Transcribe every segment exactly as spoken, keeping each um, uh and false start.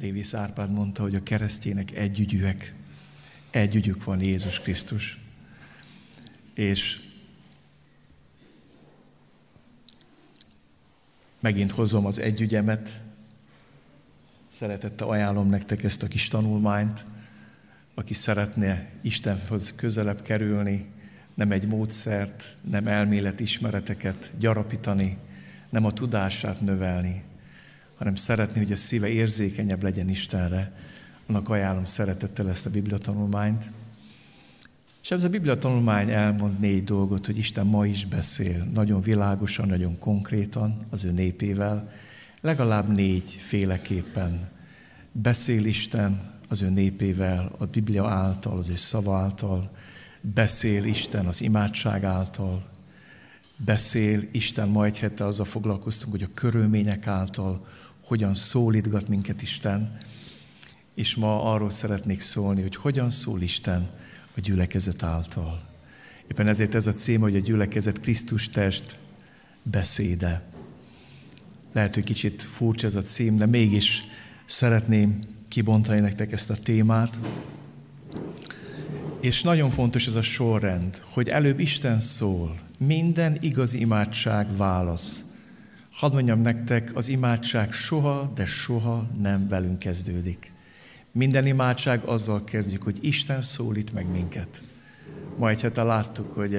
Lévész Árpád mondta, hogy a keresztjének egy ügyűek, egy ügyük van, Jézus Krisztus. És megint hozom az egy ügyemet, szeretettel ajánlom nektek ezt a kis tanulmányt, aki szeretne Istenhoz közelebb kerülni, nem egy módszert, nem elméletismereteket gyarapítani, nem a tudását növelni, hanem szeretni, hogy a szíve érzékenyebb legyen Istenre. Annak ajánlom szeretettel ezt a bibliatanulmányt. És ez a bibliatanulmány elmond négy dolgot, hogy Isten ma is beszél, nagyon világosan, nagyon konkrétan az ő népével. Legalább négy féleképpen beszél Isten az ő népével, a Biblia által, az ő szava által, beszél Isten az imádság által, beszél Isten, ma egy hete azzal foglalkoztunk, hogy a körülmények által hogyan szólítgat minket Isten, és ma arról szeretnék szólni, hogy hogyan szól Isten a gyülekezet által. Éppen ezért ez a cím, hogy a gyülekezet Krisztus test beszéde. Lehet, hogy kicsit furcsa ez a cím, de mégis szeretném kibontani nektek ezt a témát. És nagyon fontos ez a sorrend, hogy előbb Isten szól, minden igazi imádság válasz. Hadd mondjam nektek, az imádság soha, de soha nem velünk kezdődik. Minden imádság azzal kezdjük, hogy Isten szólít meg minket. Ma egy hete láttuk, hogy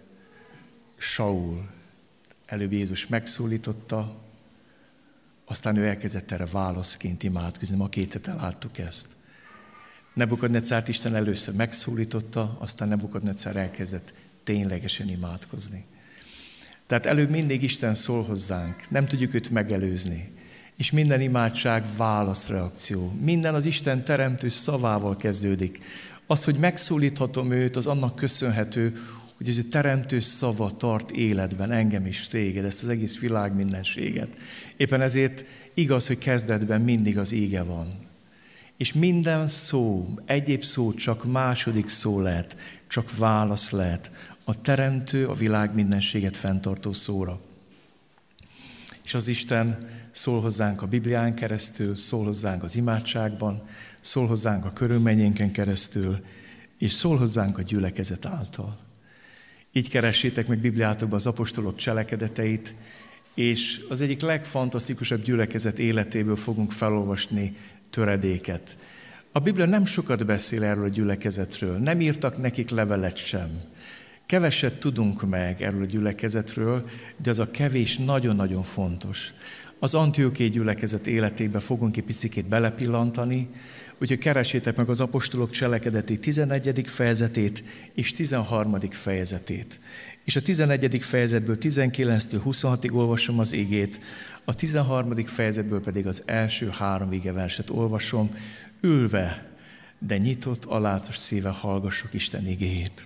Saul előbb Jézus megszólította, aztán ő elkezdett erre válaszként imádkozni. Ma két hete láttuk ezt. Nebukadnecárt Isten először megszólította, aztán Nebukadnecár elkezdett ténylegesen imádkozni. Tehát előbb mindig Isten szól hozzánk, nem tudjuk őt megelőzni. És minden imádság válaszreakció. Minden az Isten teremtő szavával kezdődik. Az, hogy megszólíthatom őt, az annak köszönhető, hogy az ő teremtő szava tart életben engem és téged, ezt az egész világ mindenséget. Éppen ezért igaz, hogy kezdetben mindig az ége van. És minden szó, egyéb szó csak második szó lehet, csak válasz lehet a teremtő, a világ mindenséget fenntartó szóra. És az Isten szól hozzánk a Biblián keresztül, szól hozzánk az imádságban, szól hozzánk a körülményénken keresztül, és szól hozzánk a gyülekezet által. Így keressétek meg Bibliátokban az apostolok cselekedeteit, és az egyik legfantasztikusabb gyülekezet életéből fogunk felolvasni töredéket. A Biblia nem sokat beszél erről a gyülekezetről, nem írtak nekik levelet sem. Keveset tudunk meg erről a gyülekezetről, de az a kevés nagyon-nagyon fontos. Az Antiochiai gyülekezet életébe fogunk egy picikét belepillantani, úgyhogy keressétek meg az apostolok cselekedeti tizenegyedik fejezetét és tizenharmadik fejezetét. És a tizenegyedik fejezetből tizenkilenctől huszonhatig olvasom az igét, a tizenharmadik fejezetből pedig az első három igeverset olvasom, ülve, de nyitott, alázatos szívvel hallgassuk Isten igéjét.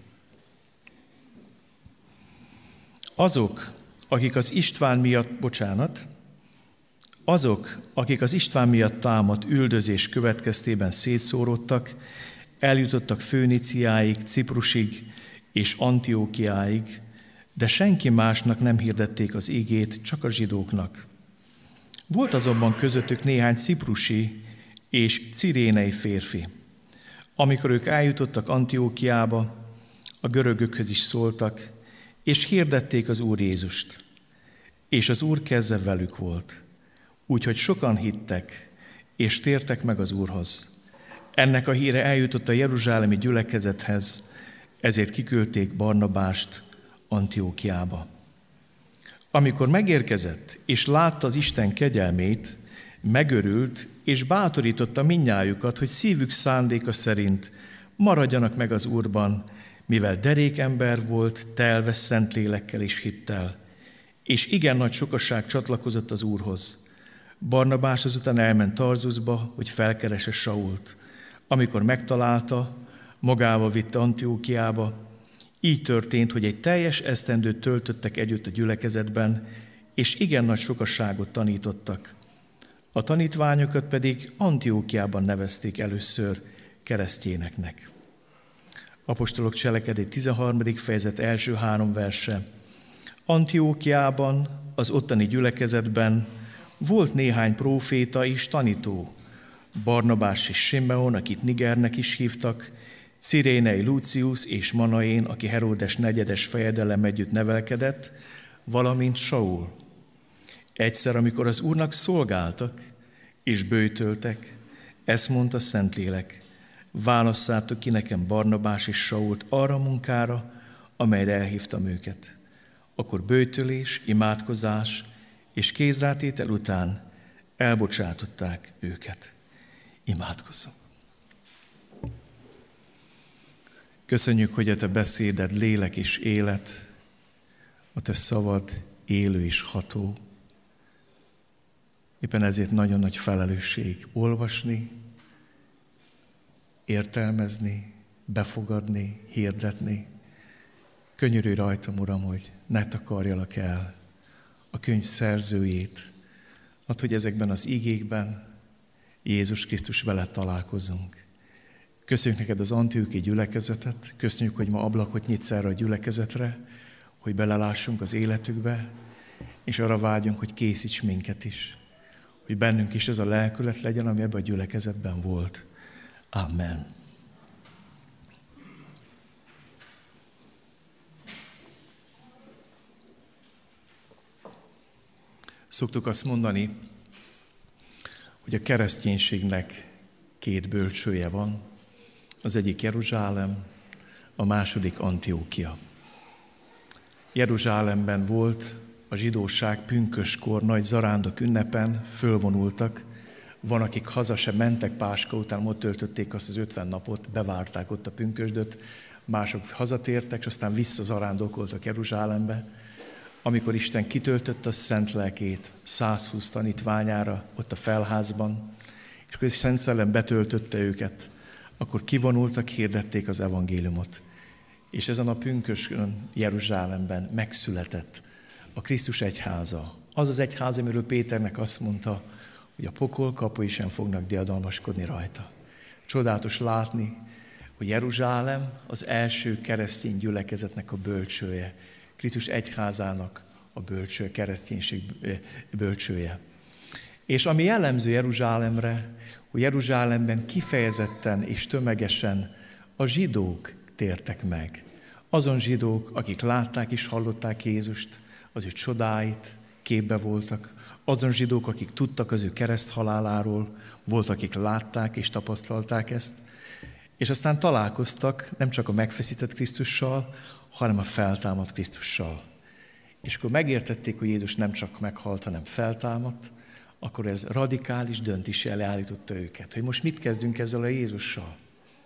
Azok, akik az István miatt, bocsánat, azok, akik az István miatt támadt üldözés következtében szétszóródtak, eljutottak Föníciáig, Ciprusig és Antiókiáig, de senki másnak nem hirdették az igét, csak a zsidóknak. Volt azonban közöttük néhány ciprusi és cirénei férfi. Amikor ők eljutottak Antiókiába, a görögökhöz is szóltak, és hirdették az Úr Jézust. És az Úr keze velük volt. Úgyhogy sokan hittek, és tértek meg az Úrhoz. Ennek a híre eljutott a jeruzsálemi gyülekezethez, ezért kiküldték Barnabást Antiókiába. Amikor megérkezett, és látta az Isten kegyelmét, megörült, és bátorította mindnyájukat, hogy szívük szándéka szerint maradjanak meg az Úrban, mivel derék ember volt, telve Szentlélekkel és hittel, és igen nagy sokaság csatlakozott az Úrhoz. Barnabás azután elment Tarzusba, hogy felkeresse Sault. Amikor megtalálta, magával vitte Antiókiába. Így történt, hogy egy teljes esztendőt töltöttek együtt a gyülekezetben, és igen nagy sokaságot tanítottak. A tanítványokat pedig Antiókiában nevezték először keresztjéneknek. Apostolok cselekedeti tizenharmadik fejezet első három verse. Antiókiában, az ottani gyülekezetben volt néhány próféta és tanító. Barnabás és Simeon, akit Nigernek is hívtak, Cirénei Lucius és Manaén, aki Heródes negyedes fejedelem együtt nevelkedett, valamint Saul. Egyszer, amikor az Úrnak szolgáltak és böjtöltek, ezt mondta Szentlélek: válasszátok ki nekem Barnabás és Sault arra a munkára, amelyre elhívtam őket. Akkor böjtölés, imádkozás és kézrátétel után elbocsátották őket. Imádkozzunk. Köszönjük, hogy a te beszéded lélek és élet, a te szavad élő és ható. Éppen ezért nagyon nagy felelősség olvasni, értelmezni, befogadni, hirdetni. Könyörülj rajtam, Uram, hogy ne takarjalak el a könyv szerzőjét, add, hogy ezekben az igékben Jézus Krisztus veled találkozunk. Köszönjük neked az Antiochii gyülekezetet, köszönjük, hogy ma ablakot nyitsz erre a gyülekezetre, hogy belelássunk az életükbe, és arra vágyunk, hogy készíts minket is, hogy bennünk is ez a lelkület legyen, ami ebben a gyülekezetben volt. Amen. Szoktuk azt mondani, hogy a kereszténységnek két bölcsője van, az egyik Jeruzsálem, a második Antiókia. Jeruzsálemben volt a zsidóság pünköskor nagy zarándok ünnepen, fölvonultak, van, akik haza sem mentek Páska után, ott töltötték azt az ötven napot, bevárták ott a pünkösdöt, mások hazatértek, és aztán visszazarándokoltak Jeruzsálembe. Amikor Isten kitöltötte a szent lelkét százhúsz tanítványára ott a felházban, és akkor a Szent Szellem betöltötte őket, akkor kivonultak, hirdették az evangéliumot. És ezen a pünköskön Jeruzsálemben megszületett a Krisztus egyháza. Az az egyház, amiről Péternek azt mondta, hogy a pokol kapui sem fognak diadalmaskodni rajta. Csodálatos látni, hogy Jeruzsálem az első keresztény gyülekezetnek a bölcsője, Krisztus egyházának a bölcsője, kereszténység bölcsője. És ami jellemző Jeruzsálemre, hogy Jeruzsálemben kifejezetten és tömegesen a zsidók tértek meg. Azon zsidók, akik látták és hallották Jézust, az ő csodáit, képbe voltak. Azon zsidók, akik tudtak az ő kereszthaláláról, volt, akik látták és tapasztalták ezt, és aztán találkoztak nem csak a megfeszített Krisztussal, hanem a feltámadt Krisztussal. És akkor megértették, hogy Jézus nem csak meghalt, hanem feltámadt, akkor ez radikális döntés elé állította őket, hogy most mit kezdünk ezzel a Jézussal.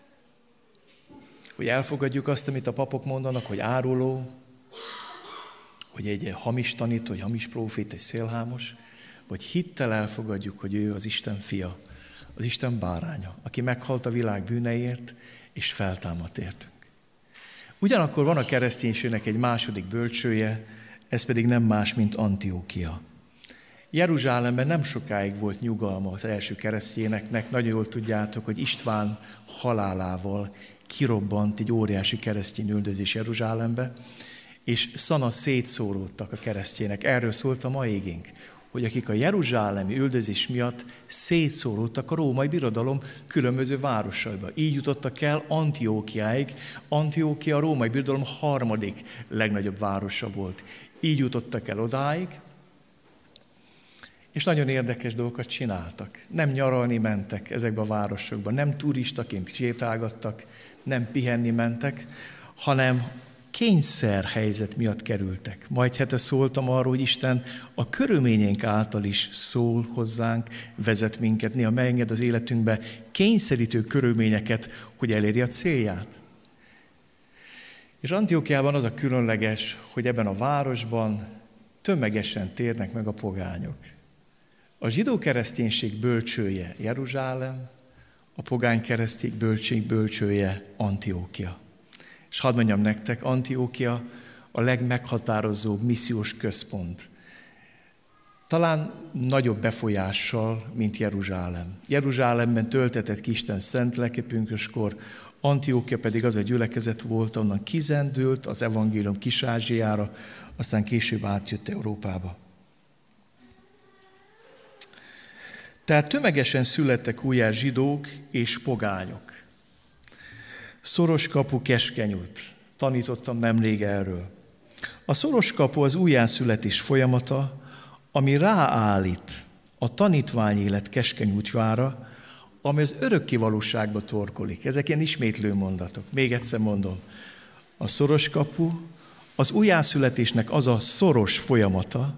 Hogy elfogadjuk azt, amit a papok mondanak, hogy áruló, hogy egy hamis tanító, egy hamis prófét, egy szélhámos, vagy hittel elfogadjuk, hogy ő az Isten fia, az Isten báránya, aki meghalt a világ bűneiért, és feltámadt értünk. Ugyanakkor van a kereszténységnek egy második bölcsője, ez pedig nem más, mint Antiókia. Jeruzsálemben nem sokáig volt nyugalma az első keresztényeknek, nagyon jól tudjátok, hogy István halálával kirobbant egy óriási keresztény üldözés Jeruzsálembe, és szana szétszóródtak a keresztények. Erről szólt a mai igénk, hogy akik a jeruzsálemi üldözés miatt szétszóródtak a római birodalom különböző városaiba. Így jutottak el Antiókiáig. Antiókia a római birodalom harmadik legnagyobb városa volt. Így jutottak el odáig, és nagyon érdekes dolgokat csináltak. Nem nyaralni mentek ezekbe a városokba, nem turistaként sétálgattak, nem pihenni mentek, hanem kényszerhelyzet miatt kerültek. Majd hete szóltam arról, hogy Isten a körülményeink által is szól hozzánk, vezet minket, néha megenged az életünkbe kényszerítő körülményeket, hogy elérje a célját. És Antiókiában az a különleges, hogy ebben a városban tömegesen térnek meg a pogányok. A zsidó kereszténység bölcsője Jeruzsálem, a pogány keresztény bölcség bölcsője Antiókia. És hadd mondjam nektek, Antiókia a legmeghatározóbb missziós központ. Talán nagyobb befolyással, mint Jeruzsálem. Jeruzsálemben töltetett ki Isten szent lelke pünköskor, Antiókia pedig az a gyülekezet volt, onnan kizendült az evangélium Kis-Ázsiára, aztán később átjött Európába. Tehát tömegesen születtek újjá zsidók és pogányok. Szoros kapu, keskeny út. Tanítottam nemrég erről. A szoros kapu az újjászületés folyamata, ami ráállít a tanítványélet keskeny útjára, ami az örökké valóságba torkolik. Ezek ilyen ismétlő mondatok. Még egyszer mondom. A szoros kapu az újjászületésnek az a szoros folyamata,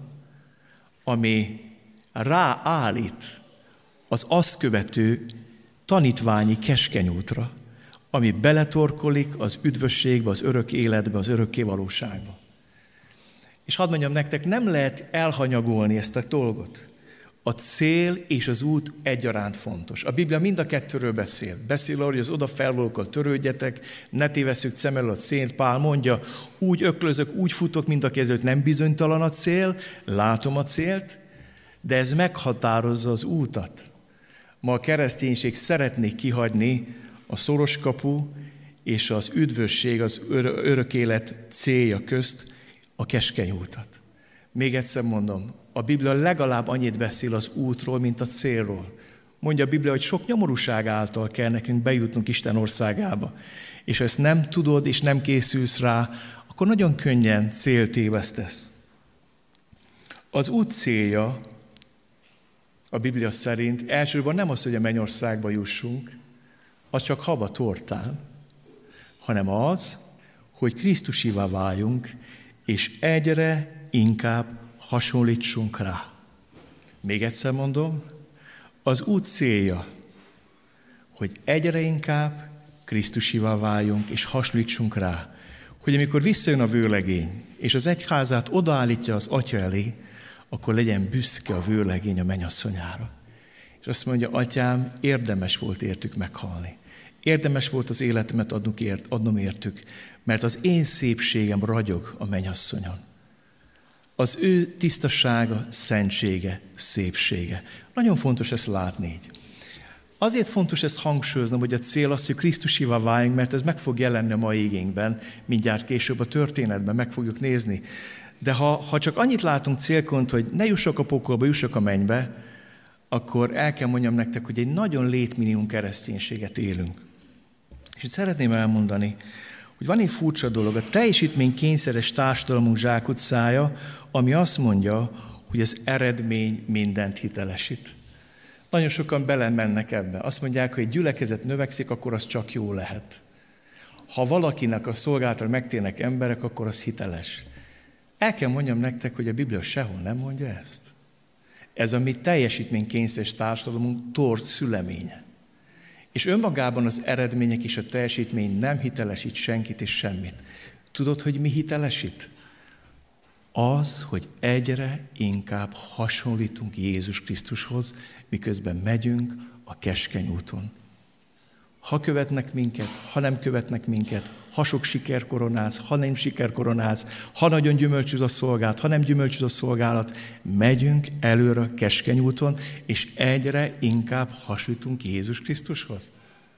ami ráállít az azt követő tanítványi keskeny útra, ami beletorkolik az üdvösségbe, az örök életbe, az örökké valóságba. És hadd mondjam nektek, nem lehet elhanyagolni ezt a dolgot. A cél és az út egyaránt fontos. A Biblia mind a kettőről beszél. Beszél arról, hogy az odafelvalókkal törődjetek, ne tévesszük szem előtt. Szent Pál mondja, úgy öklözök, úgy futok, mint aki ezelőtt nem bizonytalan a cél, látom a célt, de ez meghatározza az útat. Ma a kereszténység szeretné kihagyni a szoros kapu és az üdvösség, az örök élet célja közt a keskeny útat. Még egyszer mondom, a Biblia legalább annyit beszél az útról, mint a célról. Mondja a Biblia, hogy sok nyomorúság által kell nekünk bejutnunk Isten országába. És ha ezt nem tudod, és nem készülsz rá, akkor nagyon könnyen céltévesztesz. Az út célja a Biblia szerint elsősorban nem az, hogy a mennyországba jussunk, az csak haba tortán, hanem az, hogy Krisztusivá váljunk, és egyre inkább hasonlítsunk rá. Még egyszer mondom, az út célja, hogy egyre inkább Krisztusivá váljunk, és hasonlítsunk rá, hogy amikor visszajön a vőlegény, és az egyházát odaállítja az Atya elé, akkor legyen büszke a vőlegény a mennyasszonyára. És azt mondja, Atyám, érdemes volt értük meghalni. Érdemes volt az életemet adnom értük, mert az én szépségem ragyog a mennyasszonyon. Az ő tisztasága, szentsége, szépsége. Nagyon fontos ezt látni így. Azért fontos ezt hangsúlyoznom, hogy a cél az, hogy Krisztusivá váljunk, mert ez meg fog jelenni a mai igényben, mindjárt később a történetben meg fogjuk nézni. De ha, ha csak annyit látunk célként, hogy ne jussak a pokolba, jussak a mennybe, akkor el kell mondjam nektek, hogy egy nagyon létminimum kereszténységet élünk. És itt szeretném elmondani, hogy van egy furcsa dolog, a teljesítménykényszeres társadalmunk zsákutcája, ami azt mondja, hogy az eredmény mindent hitelesít. Nagyon sokan belemennek ebbe. Azt mondják, hogy egy gyülekezet növekszik, akkor az csak jó lehet. Ha valakinek a szolgálatra megtérnek emberek, akkor az hiteles. El kell mondjam nektek, hogy a Biblia sehol nem mondja ezt. Ez a mi teljesítménykényszeres társadalmunk torz szüleménye. És önmagában az eredmények és a teljesítmény nem hitelesít senkit és semmit. Tudod, hogy mi hitelesít? Az, hogy egyre inkább hasonlítunk Jézus Krisztushoz, miközben megyünk a keskeny úton. Ha követnek minket, ha nem követnek minket, ha sok siker koronáz, ha nem siker koronáz, ha nagyon gyümölcsöz a szolgálat, ha nem gyümölcsöz a szolgálat, megyünk előre a keskeny úton, és egyre inkább hasonlítunk Jézus Krisztushoz.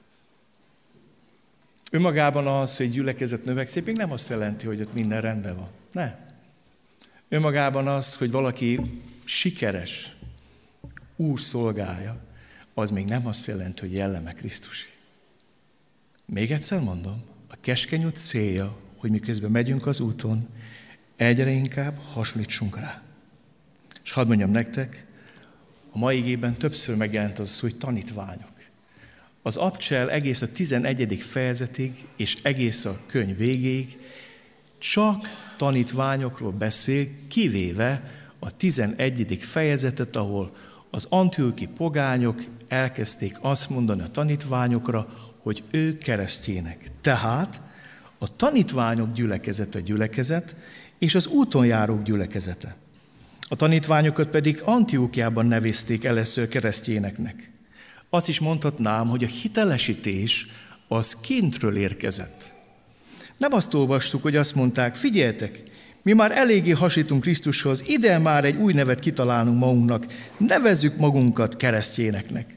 Önmagában az, hogy gyülekezet növekszik, még nem azt jelenti, hogy ott minden rendben van. Ne. Önmagában az, hogy valaki sikeres, Úr szolgálja, az még nem azt jelenti, hogy jelleme Krisztusi. Még egyszer mondom, a keskeny út célja, hogy miközben megyünk az úton, egyre inkább hasonlítsunk rá. És hadd mondjam nektek, a mai igében többször megjelent az, hogy tanítványok. Az abcsel egész a tizenegyedik fejezetig és egész a könyv végéig csak tanítványokról beszél, kivéve a tizenegyedik fejezetet, ahol az antiochi pogányok elkezdték azt mondani a tanítványokra, hogy ők keresztjének. Tehát a tanítványok gyülekezete gyülekezet, és az úton járók gyülekezete. A tanítványokat pedig Antiókiában nevezték először keresztjéneknek. Azt is mondhatnám, hogy a hitelesítés az kintről érkezett. Nem azt olvastuk, hogy azt mondták, figyeljetek, mi már eléggé hasonlítunk Krisztushoz, ide már egy új nevet kitalálunk magunknak, nevezzük magunkat keresztjéneknek.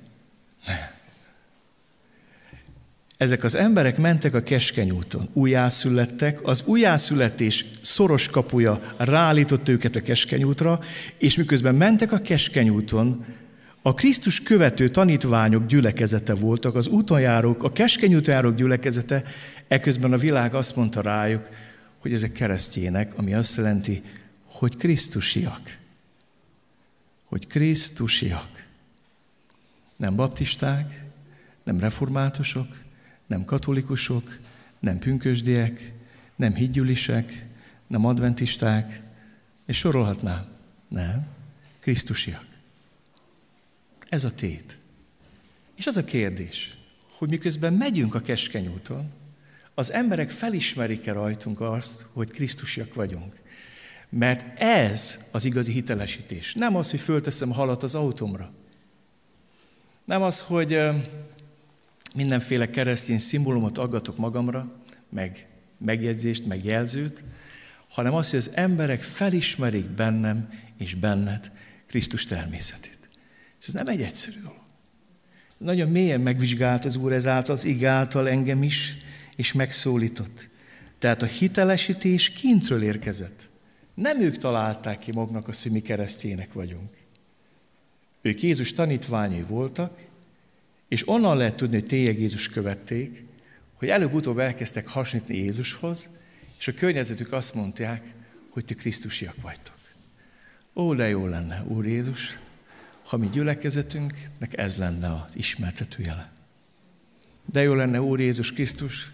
Ezek az emberek mentek a keskeny úton, újjászülettek, az újjászületés szoros kapuja ráállított őket a keskeny útra, és miközben mentek a keskeny úton, A Krisztus követő tanítványok gyülekezete voltak, az úton járók, a keskeny úton járók gyülekezete, eközben a világ azt mondta rájuk, hogy ezek keresztjének, ami azt jelenti, hogy krisztusiak. Hogy krisztusiak. Nem baptisták, nem reformátusok, nem katolikusok, nem pünkösdiek, nem hídgyülisek, nem adventisták, és sorolhatnám. Nem, krisztusiak. Ez a tét. És az a kérdés, hogy miközben megyünk a keskeny úton, az emberek felismerik-e rajtunk azt, hogy krisztusiak vagyunk. Mert ez az igazi hitelesítés. Nem az, hogy fölteszem a halat az autómra. Nem az, hogy mindenféle keresztény szimbólumot aggatok magamra, meg megjegyzést, meg jelzőt, hanem az, hogy az emberek felismerik bennem és benned Krisztus természetét. És ez nem egy egyszerű dolog. Nagyon mélyen megvizsgált az Úr ezáltal, az ige által engem is, és megszólított. Tehát a hitelesítés kintről érkezett. Nem ők találták ki maguknak azt, hogy mi keresztjének vagyunk. Ők Jézus tanítványai voltak, és onnan lehet tudni, hogy tényleg Jézus követték, hogy előbb-utóbb elkezdtek hasonlítani Jézushoz, és a környezetük azt mondták, hogy ti krisztusiak vagytok. Ó, de jó lenne, Úr Jézus, ha mi gyülekezetünknek ez lenne az ismertető jele. De jó lenne, Úr Jézus Krisztus,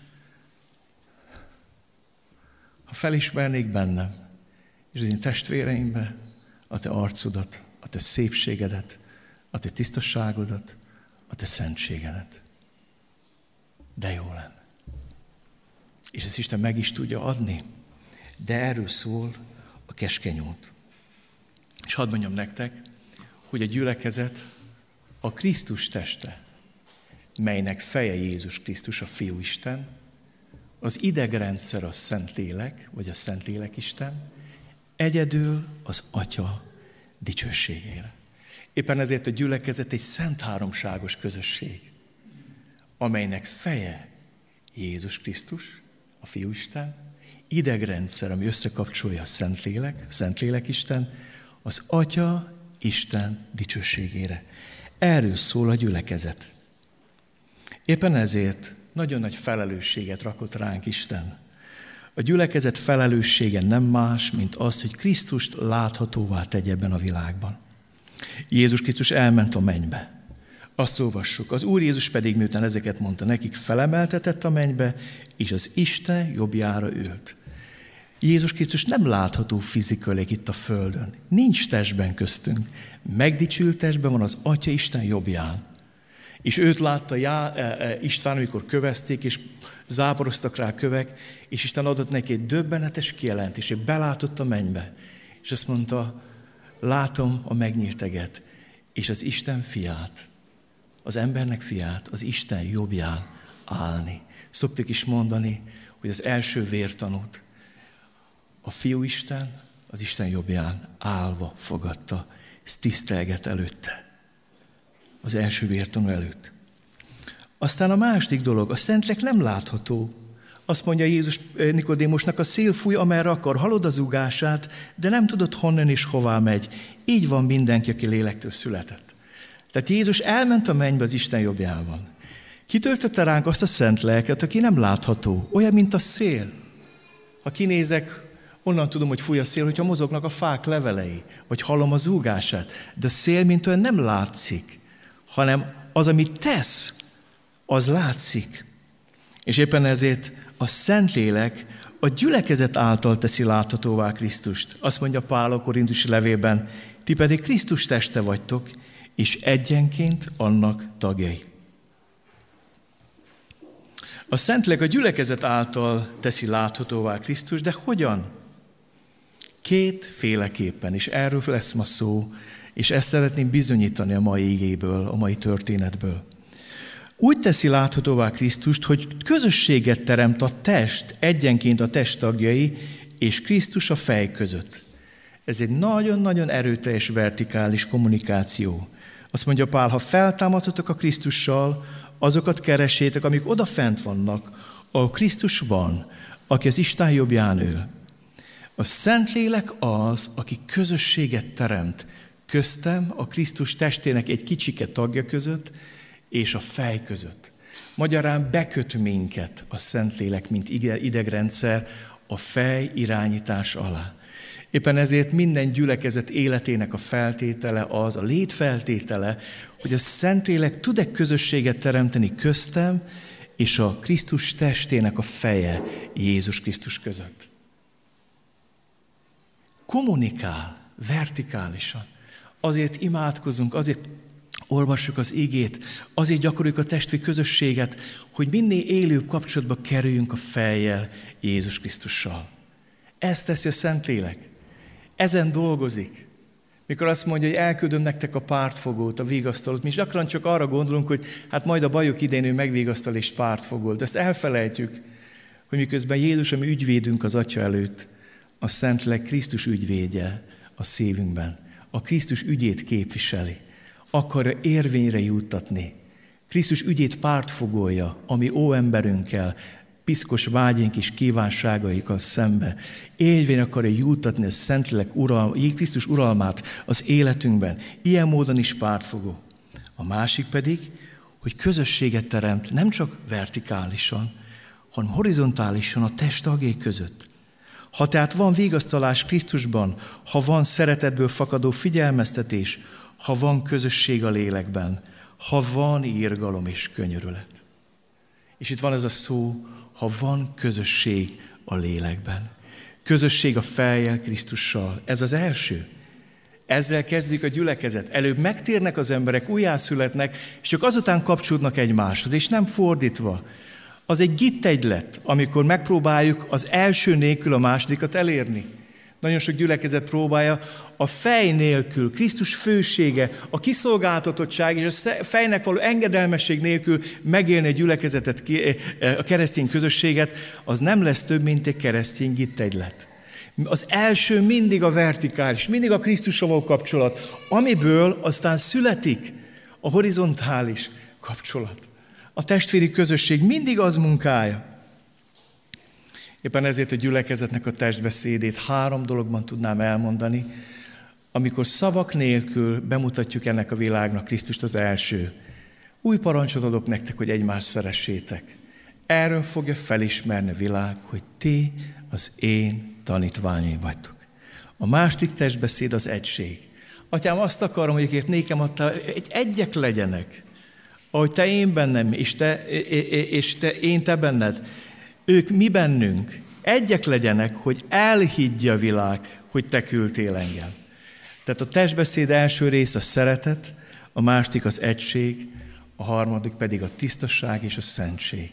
ha felismernék bennem, és az én testvéreimbe a te arcodat, a te szépségedet, a te tisztaságodat, a te szentségedet. De jó lenne. És ezt Isten meg is tudja adni, de erről szól a keskeny út. És hadd mondjam nektek, hogy a gyülekezet a Krisztus teste, melynek feje Jézus Krisztus, a Fiú Isten, az idegrendszer a Szentlélek, vagy a Szentlélek Isten, egyedül az Atya dicsőségére. Éppen ezért a gyülekezet egy szent háromságos közösség, amelynek feje Jézus Krisztus, a Fiú Isten, idegrendszer, ami összekapcsolja a Szentlélek, a Szentlélek Isten, az Atya Isten dicsőségére. Erről szól a gyülekezet. Éppen ezért nagyon nagy felelősséget rakott ránk Isten. A gyülekezet felelőssége nem más, mint az, hogy Krisztust láthatóvá tegye ebben a világban. Jézus Krisztus elment a mennybe. Azt olvassuk, az Úr Jézus pedig, miután ezeket mondta nekik, felemeltetett a mennybe, és az Isten jobbjára ült. Jézus Krisztus nem látható fizikailag itt a földön. Nincs testben köztünk. Megdicsült testben van az Atya Isten jobbján. És őt látta Já, e, e, István, amikor kövezték, és záporoztak rá kövek, és Isten adott neki egy döbbenetes kijelentést, és belátott a mennybe. És azt mondta, látom a megnyílt eget, és az Isten fiát, az embernek fiát, az Isten jobbján állni. Szoktuk is mondani, hogy az első vértanút a Fiú Isten az Isten jobbján állva fogadta, és tisztelget előtte. Az első vértanú előtt. Aztán a második dolog, a Szentlélek nem látható. Azt mondja Jézus Nikodémosnak, a szél fúj, amerre akar, hallod az ugását, de nem tudod honnan és hová megy. Így van mindenki, aki lélektől született. Tehát Jézus elment a mennybe az Isten jobbjában. Kitöltötte ránk azt a szent lelket, aki nem látható, olyan, mint a szél. Ha kinézek, onnan tudom, hogy fúj a szél, hogyha mozognak a fák levelei, vagy hallom az zúgását. De a szél, mint olyan, nem látszik, hanem az, amit tesz, az látszik. És éppen ezért a Szentlélek a gyülekezet által teszi láthatóvá Krisztust. Azt mondja Pál a Korinthusi levélben, ti pedig Krisztus teste vagytok, és egyenként annak tagjai. A Szentlélek a gyülekezet által teszi láthatóvá Krisztus, de hogyan? Kétféleképpen, és erről lesz ma szó, és ezt szeretném bizonyítani a mai igéből, a mai történetből. Úgy teszi láthatóvá Krisztust, hogy közösséget teremt a test, egyenként a test tagjai, és Krisztus a fej között. Ez egy nagyon-nagyon erőteljes vertikális kommunikáció. Azt mondja Pál, ha feltámadhatok a Krisztussal, azokat keressétek, amik odafent vannak, ahol Krisztus van, aki az Isten jobbján ül. A Szentlélek az, aki közösséget teremt, köztem, a Krisztus testének egy kicsike tagja között, és a fej között. Magyarán beköt minket a Szentlélek, mint idegrendszer a fej irányítás alá. Éppen ezért minden gyülekezet életének a feltétele az, a létfeltétele, hogy a Szentlélek tud-e közösséget teremteni köztem és a Krisztus testének a feje Jézus Krisztus között. Kommunikál vertikálisan. Azért imádkozunk, azért olvassuk az igét, azért gyakoroljuk a testvéri közösséget, hogy minél élőbb kapcsolatba kerüljünk a fejjel, Jézus Krisztussal. Ezt teszi a Szentlélek. Ezen dolgozik. Mikor azt mondja, hogy elküldöm nektek a pártfogót, a vigasztalót, mi is gyakran csak arra gondolunk, hogy hát majd a bajok idején ő megvigasztal és pártfogol. De ezt elfelejtjük, hogy miközben Jézus, ami ügyvédünk az Atya előtt, a Szentlélek Krisztus ügyvédje a szívünkben. A Krisztus ügyét képviseli. Akarja érvényre juttatni. Krisztus ügyét pártfogolja, ami óemberünkkel, piszkos vágyénk és kívánságaikkal szembe. Érvény akarja juttatni a Szentlélek ural, Krisztus uralmát az életünkben. Ilyen módon is pártfogó. A másik pedig, hogy közösséget teremt nem csak vertikálisan, hanem horizontálisan a test tagjai között. Ha tehát van vigasztalás Krisztusban, ha van szeretetből fakadó figyelmeztetés, ha van közösség a lélekben, ha van irgalom és könyörület. És itt van ez a szó, ha van közösség a lélekben. Közösség a fejjel Krisztussal. Ez az első. Ezzel kezdjük a gyülekezet. Előbb megtérnek az emberek, újjászületnek, és csak azután kapcsolódnak egymáshoz, és nem fordítva. Az egy gittegylet, amikor megpróbáljuk az első nélkül a másodikat elérni. Nagyon sok gyülekezet próbálja a fej nélkül, Krisztus fősége, a kiszolgáltatottság és a fejnek való engedelmesség nélkül megélni a gyülekezetet, a keresztény közösséget, az nem lesz több, mint egy keresztény gittegylet. Az első mindig a vertikális, mindig a Krisztussal való kapcsolat, amiből aztán születik a horizontális kapcsolat. A testvéri közösség mindig az munkája. Éppen ezért a gyülekezetnek a testbeszédét három dologban tudnám elmondani, amikor szavak nélkül bemutatjuk ennek a világnak Krisztust. Az első. Új parancsot adok nektek, hogy egymást szeressétek. Erről fogja felismerni a világ, hogy ti az én tanítványaim vagytok. A második testbeszéd az egység. Atyám, azt akarom, hogy akik nékem adta, egy egyek legyenek, ahogy te én bennem, és te, és te én te benned. Ők mi bennünk, egyek legyenek, hogy elhiggye a világ, hogy te küldtél engem. Tehát a testbeszéd első rész a szeretet, a második az egység, a harmadik pedig a tisztaság és a szentség.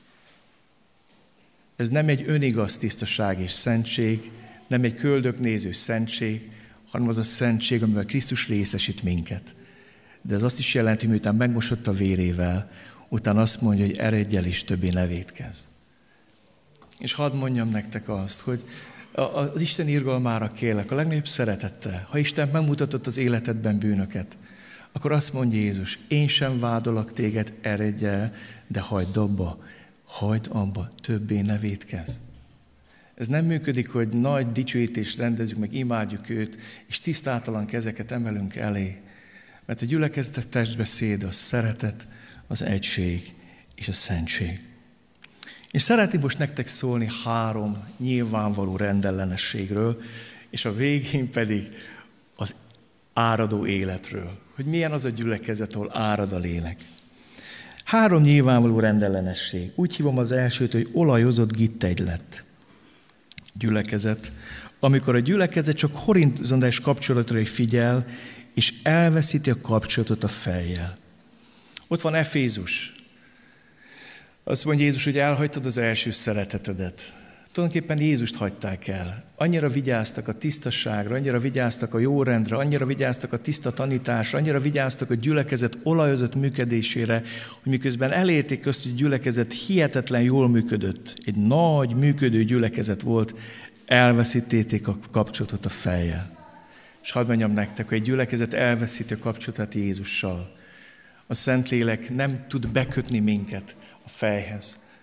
Ez nem egy önigaz tisztaság és szentség, nem egy köldöknéző szentség, hanem az a szentség, amivel Krisztus részesít minket. De ez azt is jelenti, hogy miután megmosott a vérével, utána azt mondja, hogy eredj el és többé ne vétkezz. És hadd mondjam nektek azt, hogy az Isten irgalmára kérlek, a legnagyobb szeretettel, ha Isten megmutatott az életedben bűnöket, akkor azt mondja Jézus, én sem vádolok téged, eredj el, de hagyd abba, hagyd abba, többé ne vétkezz. Ez nem működik, hogy nagy dicsőítést rendezzük, meg imádjuk őt, és tisztátalan kezeket emelünk elé. Mert a gyülekezet testbeszéd, a szeretet, az egység és a szentség. És szeretném most nektek szólni három nyilvánvaló rendellenességről, és a végén pedig az áradó életről. Hogy milyen az a gyülekezet, ahol árad a lélek. Három nyilvánvaló rendellenesség. Úgy hívom az elsőt, hogy olajozott gittegylet. Gyülekezet. Amikor a gyülekezet csak horizontális kapcsolatra figyel, és elveszíti a kapcsolatot a fejjel. Ott van Efézus. Azt mondja Jézus, hogy elhagytad az első szeretetedet. Tulajdonképpen Jézust hagyták el. Annyira vigyáztak a tisztaságra, annyira vigyáztak a jó rendre, annyira vigyáztak a tiszta tanításra, annyira vigyáztak a gyülekezet olajozott működésére, hogy miközben elérték azt, hogy a gyülekezet hihetetlen jól működött, egy nagy működő gyülekezet volt, elveszítették a kapcsolatot a fejjel. És hadd mondjam nektek, hogy egy gyülekezet elveszíti a kapcsolatát Jézussal. A Szentlélek nem tud bekötni minket a fejhez.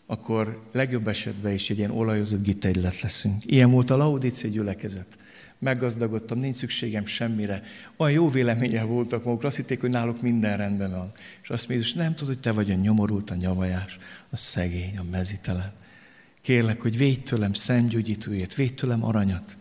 akkor legjobb esetben is egy ilyen olajozott gitegylet leszünk. Ilyen volt a laodicei gyülekezet. Meggazdagodtam, nincs szükségem semmire. Olyan jó véleménnyel voltak magukra, azt hitték, hogy náluk minden rendben van. És azt mondja, hogy nem tudod, hogy te vagy a nyomorult, a nyavajás, a szegény, a mezitelen. Kérlek, hogy védj tőlem szentgyógyítóért, védj tőlem aranyat,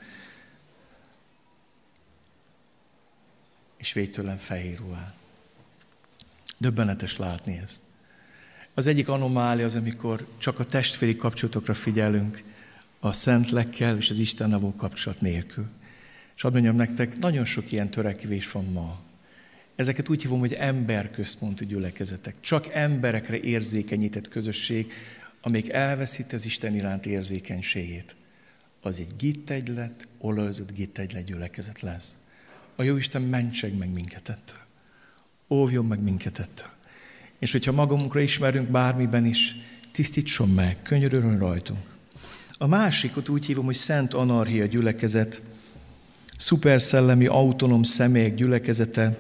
és védj tőlem fehér ruhát. Döbbenetes látni ezt. Az egyik anomália az, amikor csak a testvéri kapcsolatokra figyelünk, a szent lélekkel és az Istennel való kapcsolat nélkül. És hadd mondjam nektek, nagyon sok ilyen törekvés van ma. Ezeket úgy hívom, hogy emberközpontú gyülekezetek. Csak emberekre érzékenyített közösség, amelyik elveszíti az Isten iránt érzékenységét. Az egy gittegylet, olajozott gittegylet gyülekezet lesz. A Jóisten mentsen meg minket ettől. Óvjon meg minket ettől. És hogyha magunkra ismerünk bármiben is, tisztítson meg, könyörüljön rajtunk. A másikot úgy hívom, hogy Szent Anarchia gyülekezet, szuperszellemi, autonóm személyek gyülekezete,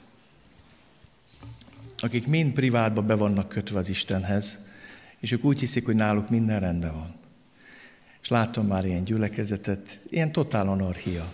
akik mind privátba be vannak kötve az Istenhez, és ők úgy hiszik, hogy náluk minden rendben van. És láttam már ilyen gyülekezetet, ilyen totál anarchia.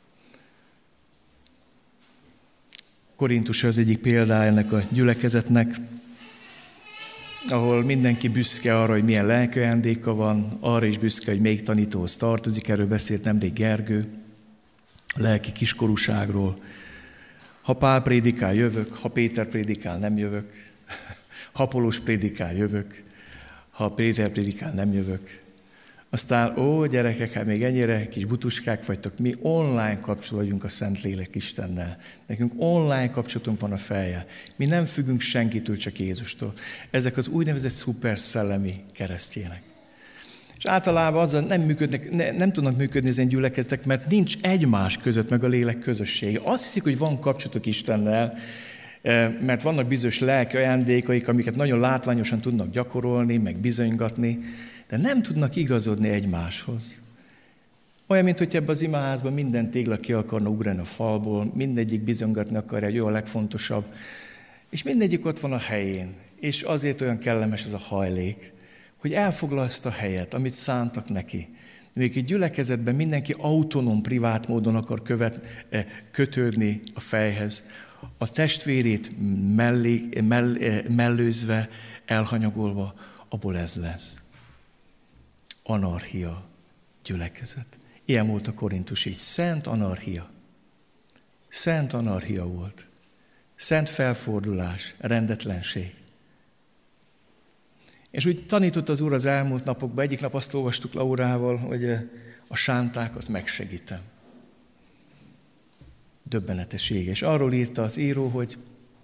Korintus az egyik példája ennek a gyülekezetnek, ahol mindenki büszke arra, hogy milyen lelki ajándéka van, arra is büszke, hogy melyik tanítóhoz tartozik, erről beszélt nemrég Gergő, a lelki kiskorúságról. Ha Pál prédikál, jövök, ha Péter prédikál, nem jövök, ha Apollos prédikál, jövök, ha Péter prédikál, nem jövök. Aztán, ó, gyerekek, hát még ennyire kis butuskák vagytok, mi online kapcsolatban vagyunk a Szentlélek Istennel. Nekünk online kapcsolatunk van a Fejjel. Mi nem függünk senkitől, csak Jézustól. Ezek az úgynevezett szuperszellemi keresztjének. És általában azzal nem, működnek, ne, nem tudnak működni ezen gyülekeztek, mert nincs egymás között meg a lélek közössége. Azt hiszik, hogy van kapcsolatok Istennel, mert vannak bizonyos lelki ajándékaik, amiket nagyon látványosan tudnak gyakorolni, meg bizonygatni, de nem tudnak igazodni egymáshoz. Olyan, mint hogy ebben az imaházban minden tégla ki akarna ugrani a falból, mindegyik bizonygatni akarja, hogy ő a legfontosabb, és mindegyik ott van a helyén, és azért olyan kellemes ez a hajlék, hogy elfoglal ezt a helyet, amit szántak neki. Még egy gyülekezetben mindenki autonóm, privát módon akar követ, kötődni a Fejhez, a testvérét mellé, mell, mellőzve, elhanyagolva, abból ez lesz. Anarchia gyülekezet. Ilyen volt a Korintus így. Szent anarchia. Szent anarchia volt. Szent felfordulás, rendetlenség. És úgy tanított az Úr az elmúlt napokban, egyik nap azt olvastuk Laurával, hogy a sántákat megsegítem. Döbbenetesség. És arról írta az író, hogy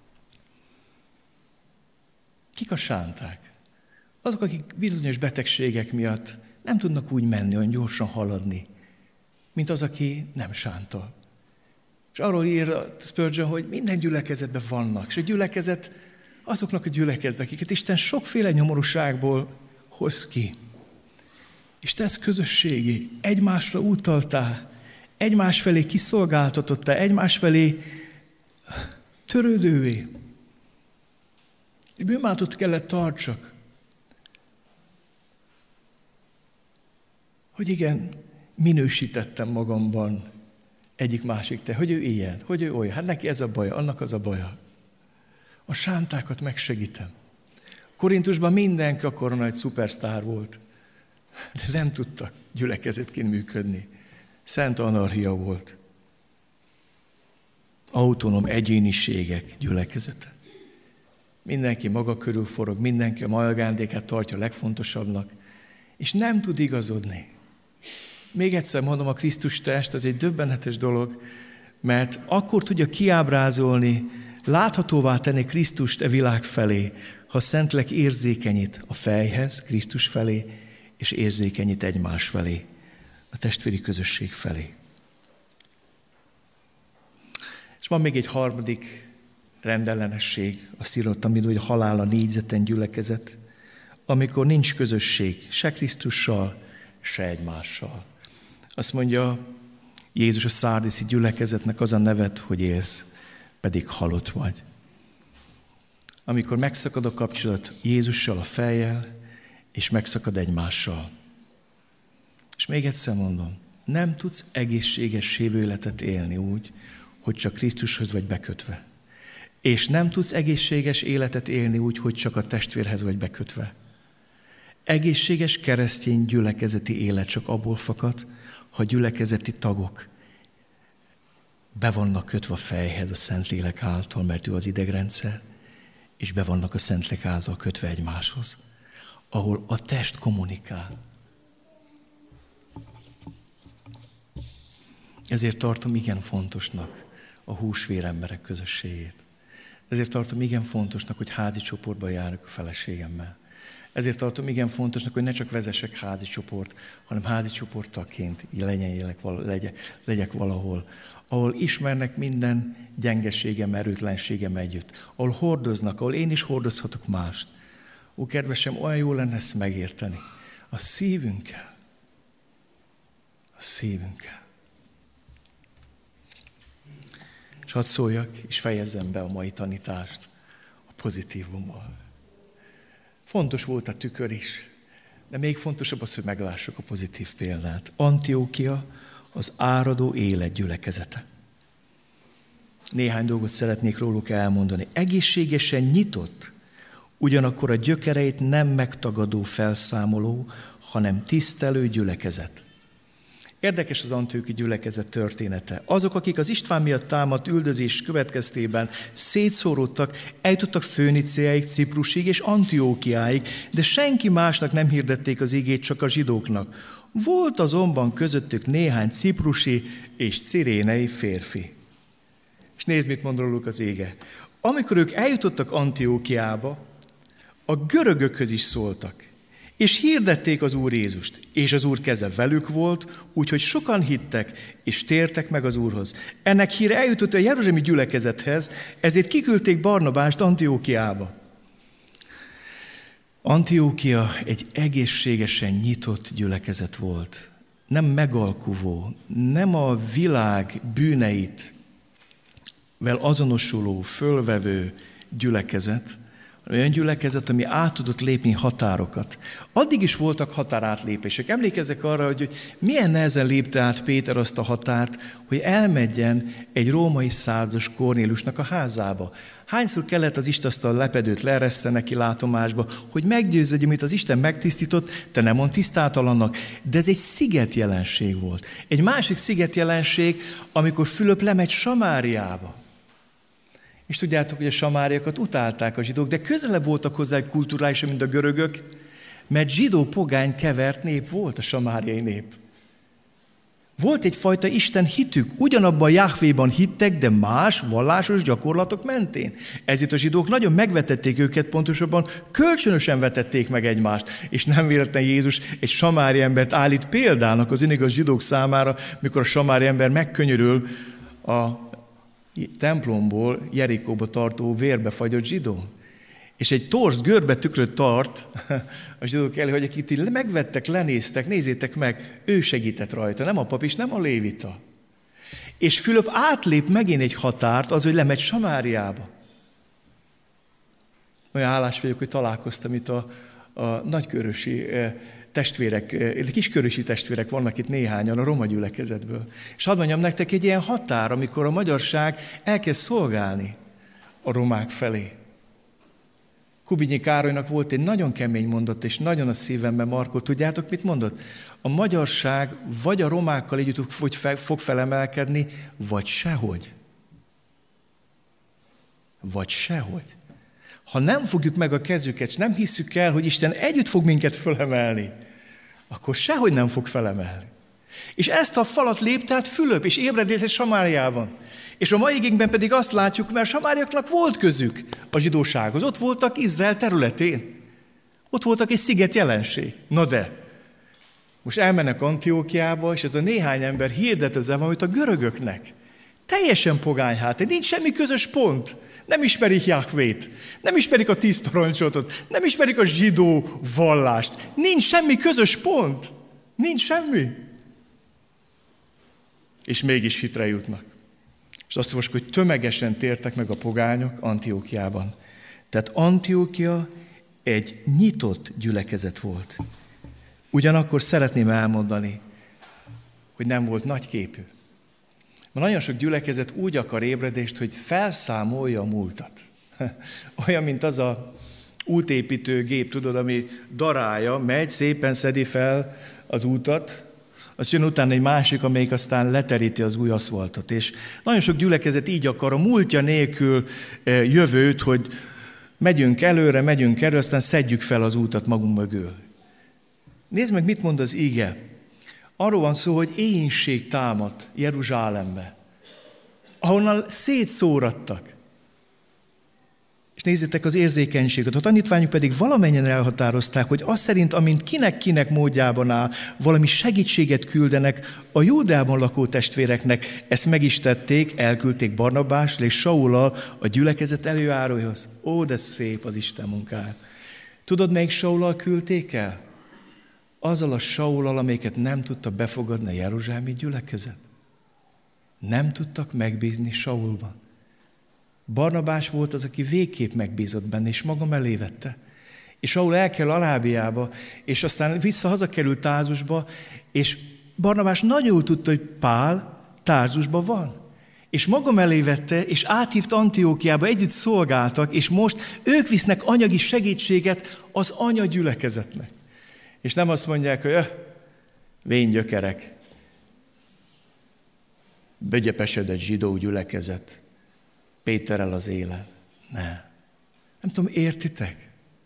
kik a sánták? Azok, akik bizonyos betegségek miatt nem tudnak úgy menni, olyan gyorsan haladni, mint az, aki nem sántal. És arról ír Spurgeon, hogy minden gyülekezetben vannak, és a gyülekezet azoknak a gyülekezet, akiket Isten sokféle nyomorúságból hoz ki. És tesz közösségi, egymásra utaltál, egymás felé kiszolgáltatottál, egymás felé törődővé. Bűnbánatot kellett tartsak. Hogy igen, minősítettem magamban egyik-másik te, hogy ő ilyen, hogy ő olyan, hát neki ez a baja, annak az a baja. A sántákat megsegítem. Korintusban mindenki akkor nagy szupersztár volt, de nem tudtak gyülekezetként működni. Szent anarchia volt. Autonóm egyéniségek gyülekezete. Mindenki maga körül forog, mindenki a magándékát tartja a legfontosabbnak, és nem tud igazodni. Még egyszer mondom, a Krisztus test az egy döbbenetes dolog, mert akkor tudja kiábrázolni, láthatóvá tenni Krisztust e világ felé, ha Szentlélek érzékenyít a Fejhez, Krisztus felé, és érzékenyít egymás felé, a testvéri közösség felé. És van még egy harmadik rendellenesség, azt írottam, hogy a halál a négyzeten gyülekezet, amikor nincs közösség se Krisztussal, se egymással. Azt mondja Jézus a szárdiszi gyülekezetnek az a nevet, hogy élsz, pedig halott vagy. Amikor megszakad a kapcsolat Jézussal, a Fejjel, és megszakad egymással. És még egyszer mondom, nem tudsz egészséges sévő életet élni úgy, hogy csak Krisztushoz vagy bekötve. És nem tudsz egészséges életet élni úgy, hogy csak a testvérhez vagy bekötve. Egészséges keresztény gyülekezeti élet csak abból fakad, ha gyülekezeti tagok be vannak kötve a fejhez a Szentlélek által, mert ő az idegrendszer, és be vannak a Szentlélek által kötve egymáshoz, ahol a test kommunikál. Ezért tartom igen fontosnak a húsvér emberek közösségét. Ezért tartom igen fontosnak, hogy házi csoportban járok a feleségemmel. Ezért tartom igen fontosnak, hogy ne csak vezessek házi csoport, hanem házi csoporttaként legyen, legyek valahol, ahol ismernek minden gyengeségem, erőtlenségem együtt, ahol hordoznak, ahol én is hordozhatok mást. Ó, kedvesem, olyan jó lenne ezt megérteni. A szívünkkel. A szívünkkel. És hadd szóljak, és fejezzem be a mai tanítást a pozitívummal. Fontos volt a tükör is, de még fontosabb az, hogy meglássuk a pozitív példát. Antiókia az áradó élet gyülekezete. Néhány dolgot szeretnék róluk elmondani. Egészségesen nyitott, ugyanakkor a gyökereit nem megtagadó felszámoló, hanem tisztelő gyülekezet. Érdekes az antiókiai gyülekezet története. Azok, akik az István miatt támadt üldözés következtében szétszóródtak, eljutottak Fönicéig, Ciprusig és Antiókiáig, de senki másnak nem hirdették az igét, csak a zsidóknak. Volt azonban közöttük néhány ciprusi és szirénei férfi. És nézd, mit mond róluk az ége. Amikor ők eljutottak Antiókiába, a görögökhöz is szóltak, és hirdették az Úr Jézust, és az Úr keze velük volt, úgyhogy sokan hittek, és tértek meg az Úrhoz. Ennek híre eljutott a jeruzsálemi gyülekezethez, ezért kiküldték Barnabást Antiókiába. Antiókia egy egészségesen nyitott gyülekezet volt. Nem megalkuvó, nem a világ bűneit vel azonosuló, fölvevő gyülekezet, olyan gyülekezet, ami át tudott lépni határokat. Addig is voltak határátlépések. Emlékezzek arra, hogy milyen nehezen lépte át Péter azt a határt, hogy elmenjen egy római százas Kornélusnak a házába. Hányszor kellett az istasztal lepedőt leeresszen neki látomásba, hogy meggyőzze, hogy amit az Isten megtisztított, te nem mond tisztátalannak. De ez egy sziget jelenség volt. Egy másik sziget jelenség, amikor Fülöp lemegy Samáriába. És tudjátok, hogy a samáriakat utálták a zsidók, de közelebb voltak hozzá kulturálisan, mint a görögök, mert zsidó pogány kevert nép volt a samáriai nép. Volt egyfajta Isten hitük, ugyanabban Jahvéban hittek, de más vallásos gyakorlatok mentén. Ezért a zsidók nagyon megvetették őket, pontosabban kölcsönösen vetették meg egymást, és nem véletlen Jézus egy samári embert állít példának az önigaz zsidók számára, mikor a samári ember megkönyörül a templomból Jerikóba tartó vérbefagyott zsidó. És egy torz görbe tükröt tart a zsidók elé, hogy akit így megvettek, lenéztek, nézzétek meg, ő segített rajta, nem a pap és nem a lévita. És Fülöp átlép megint egy határt, az, hogy lemegy Samáriába. Olyan hálás vagyok, hogy találkoztam itt a, a nagykörösi testvérek, kiskörösi testvérek vannak itt néhányan a roma gyülekezetből. És hadd mondjam nektek, egy ilyen határ, amikor a magyarság elkezd szolgálni a romák felé. Kubinyi Károlynak volt egy nagyon kemény mondat, és nagyon a szívemben markott. Tudjátok, mit mondott? A magyarság vagy a romákkal együtt fog felemelkedni, vagy sehogy. Vagy sehogy. Ha nem fogjuk meg a kezüket, és nem hisszük el, hogy Isten együtt fog minket felemelni, akkor sehogy nem fog felemelni. És ezt a falat lépte át Fülöp, és ébredett egy Samáriában. És a mai igénkben pedig azt látjuk, mert a samáriaknak volt közük a zsidósághoz. Ott voltak Izrael területén. Ott voltak egy sziget jelenség. No de, most elmennek Antiókiába, és ez a néhány ember hirdet az valamit a görögöknek. Teljesen pogány háttér, nincs semmi közös pont. Nem ismerik Jahvét, nem ismerik a tíz parancsolatot, nem ismerik a zsidó vallást. Nincs semmi közös pont. Nincs semmi. És mégis hitre jutnak. És azt olvassuk, hogy tömegesen tértek meg a pogányok Antiókiában. Tehát Antiókia egy nyitott gyülekezet volt. Ugyanakkor szeretném elmondani, hogy nem volt nagyképű. Mert nagyon sok gyülekezet úgy akar ébredést, hogy felszámolja a múltat. Olyan, mint az a útépítő gép, tudod, ami darálja, megy, szépen szedi fel az útat, azt jön utána egy másik, amelyik aztán leteríti az új aszfaltot. És nagyon sok gyülekezet így akar a múltja nélkül jövőt, hogy megyünk előre, megyünk előre, aztán szedjük fel az útat magunk mögül. Nézd meg, mit mond az ige. Arról van szó, hogy éhínség támadt Jeruzsálembe, ahonnan szétszórattak. És nézzétek az érzékenységet. A tanítványok pedig valamennyien elhatározták, hogy az szerint, amint kinek-kinek módjában áll, valami segítséget küldenek a Júdeában lakó testvéreknek. Ezt meg is tették, elküldték Barnabást és Saullal a gyülekezet előjáróihoz. Ó, de szép az Isten munkája. Tudod, melyik Saullal küldték el? Azzal a Saullal, amelyiket nem tudta befogadni a jeruzsálemi gyülekezet. Nem tudtak megbízni Saulban. Barnabás volt az, aki végképp megbízott benne, és maga mellé vette. És Saul elkerül Arábiába, és aztán vissza hazakerült Tárzusba, és Barnabás nagyon jól tudta, hogy Pál Tárzusban van. És maga mellé vette, és áthívta Antiókiába, együtt szolgáltak, és most ők visznek anyagi segítséget az anya gyülekezetnek. És nem azt mondják, hogy öh, vén gyökerek, begyepesedett zsidó gyülekezet, Péterrel az élen. Ne. Nem tudom, értitek?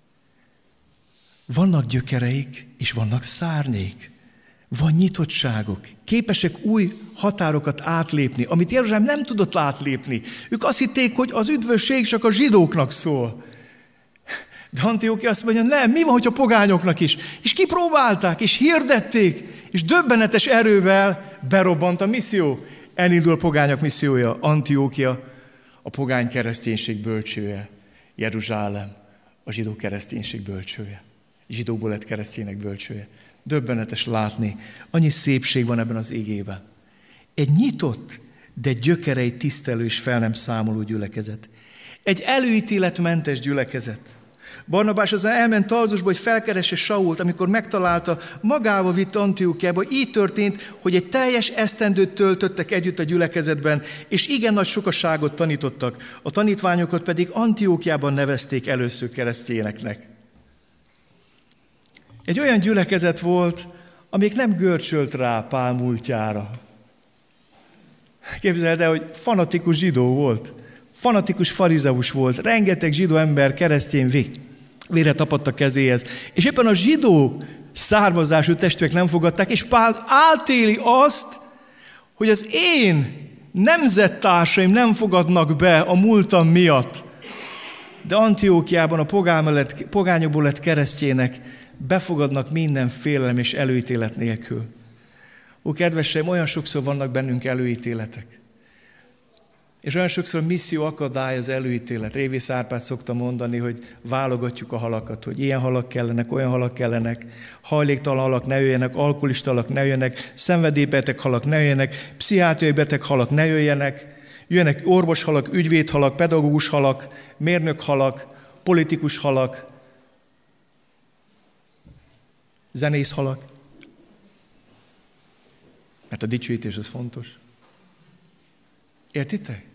Vannak gyökereik, és vannak szárnyék. Van nyitottságok. Képesek új határokat átlépni, amit Jeruzsálem nem tudott átlépni. Ők azt hitték, hogy az üdvösség csak a zsidóknak szól. De Antiókia azt mondja, nem, mi van, hogy a pogányoknak is? És kipróbálták, és hirdették, és döbbenetes erővel berobbant a misszió. Elindul a pogányok missziója, Antiókia, a pogány kereszténység bölcsője, Jeruzsálem, a zsidó kereszténység bölcsője, zsidóból lett keresztények bölcsője. Döbbenetes látni, annyi szépség van ebben az igében. Egy nyitott, de gyökerei tisztelő és fel nem számoló gyülekezet. Egy előítéletmentes gyülekezet. Barnabás aztán elment Tarzusba, hogy felkeresse Sault, amikor megtalálta, magával vitt Antiókiába. Így történt, hogy egy teljes esztendőt töltöttek együtt a gyülekezetben, és igen nagy sokaságot tanítottak. A tanítványokat pedig Antiókiában nevezték először keresztényeknek. Egy olyan gyülekezet volt, amelyik nem görcsölt rá Pál múltjára. Képzeld el, hogy fanatikus zsidó volt. Fanatikus farizeus volt, rengeteg zsidó ember, keresztény vére tapadt a kezéhez. És éppen a zsidó származású testvérek nem fogadták, és Pál átéli azt, hogy az én nemzettársaim nem fogadnak be a múltam miatt. De Antiókiában a pogányokból lett keresztjének befogadnak minden félelem és előítélet nélkül. Ó, kedveseim, olyan sokszor vannak bennünk előítéletek. És olyan sokszor a misszió akadály az előítélet. Révész Árpád szokta mondani, hogy válogatjuk a halakat, hogy ilyen halak kellenek, olyan halak kellenek, hajléktalan halak ne jöjjenek, alkoholista halak ne jöjjenek, szenvedélybeteg halak ne jöjjenek, pszichiátriai beteg halak ne jöjjenek, jöjjenek orvos halak, ügyvéd halak, pedagógus halak, mérnök halak, politikus halak, zenész halak. Mert a dicsőítés az fontos. Értitek?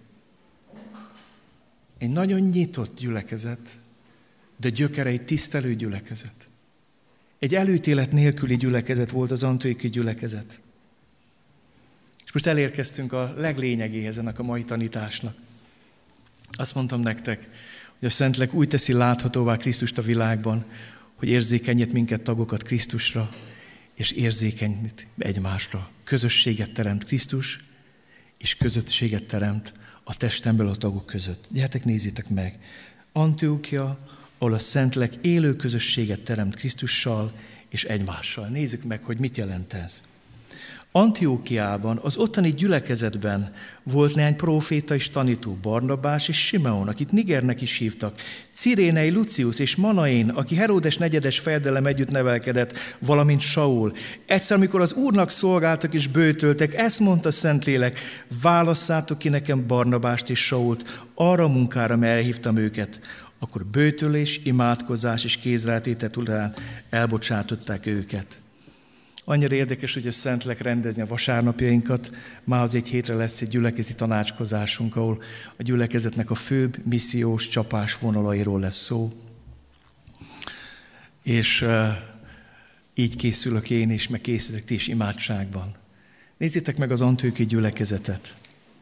Egy nagyon nyitott gyülekezet, de gyökerei tisztelő gyülekezet. Egy előítélet nélküli gyülekezet volt az antiókiai gyülekezet. És most elérkeztünk a leglényegéhez ennek a mai tanításnak. Azt mondtam nektek, hogy a Szentlélek úgy teszi láthatóvá Krisztust a világban, hogy érzékenyít minket tagokat Krisztusra, és érzékenyít egymásra. Közösséget teremt Krisztus, és közösséget teremt a testemből a tagok között. Gyertek, nézzétek meg. Antiókia, ahol a Szentlélek élő közösséget teremt Krisztussal és egymással. Nézzük meg, hogy mit jelent ez. Antiókiában, az ottani gyülekezetben volt néhány próféta és tanító, Barnabás és Simeon, akit Nigernek is hívtak, Cirénei Lucius és Manaén, aki Heródes negyedes fejedelem együtt nevelkedett, valamint Saul. Egyszer, amikor az Úrnak szolgáltak és bőtöltek, ezt mondta Szentlélek, válasszátok ki nekem Barnabást és Sault arra a munkára, mely elhívtam őket. akkor böjtölés, imádkozás és kézrátétet után elbocsátották őket. Annyira érdekes, hogy a Szentlélek rendezni a vasárnapjainkat. Már az egy hétre lesz egy gyülekezeti tanácskozásunk, ahol a gyülekezetnek a főbb missziós csapás vonalairól lesz szó. És uh, így készülök én is, meg készülök ti is imádságban. Nézzétek meg az antiochiai gyülekezetet.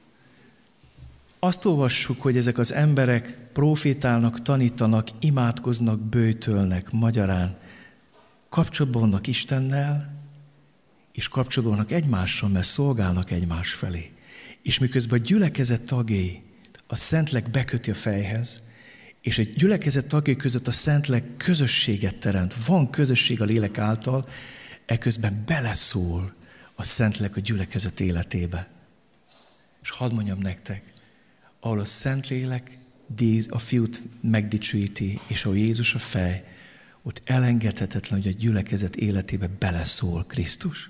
Azt olvassuk, hogy ezek az emberek profétálnak, tanítanak, imádkoznak, böjtölnek, magyarán kapcsolatban vannak Istennel, és kapcsolatban vannak egymással, mert szolgálnak egymás felé. És miközben a gyülekezet tagjai a Szentlélek beköti a fejhez, és a gyülekezet tagjai között a Szentlélek közösséget teremt, van közösség a lélek által, eközben beleszól a Szentlélek a gyülekezet életébe. És hadd mondjam nektek, ahol a Szentlélek a Fiút megdicsőíti, és ahol Jézus a fej, ott elengedhetetlen, hogy a gyülekezet életébe beleszól Krisztus.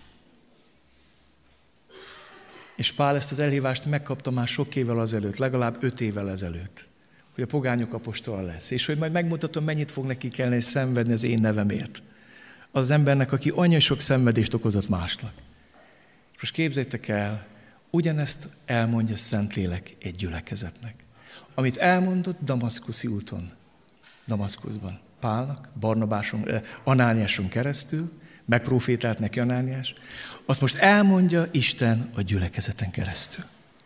És Pál ezt az elhívást megkapta már sok évvel azelőtt, legalább öt évvel ezelőtt, hogy a pogányok apostola lesz, és hogy majd megmutatom, mennyit fog neki kellene szenvedni az én nevemért. Az embernek, aki annyi sok szenvedést okozott másnak. És most képzeljétek el, ugyanezt elmondja Szentlélek egy gyülekezetnek. Amit elmondott Damaszkuszi úton, Damaszkuszban, Pálnak, Barnabáson, Anániáson keresztül, megprofétált neki Anániás, azt most elmondja Isten a gyülekezeten keresztül.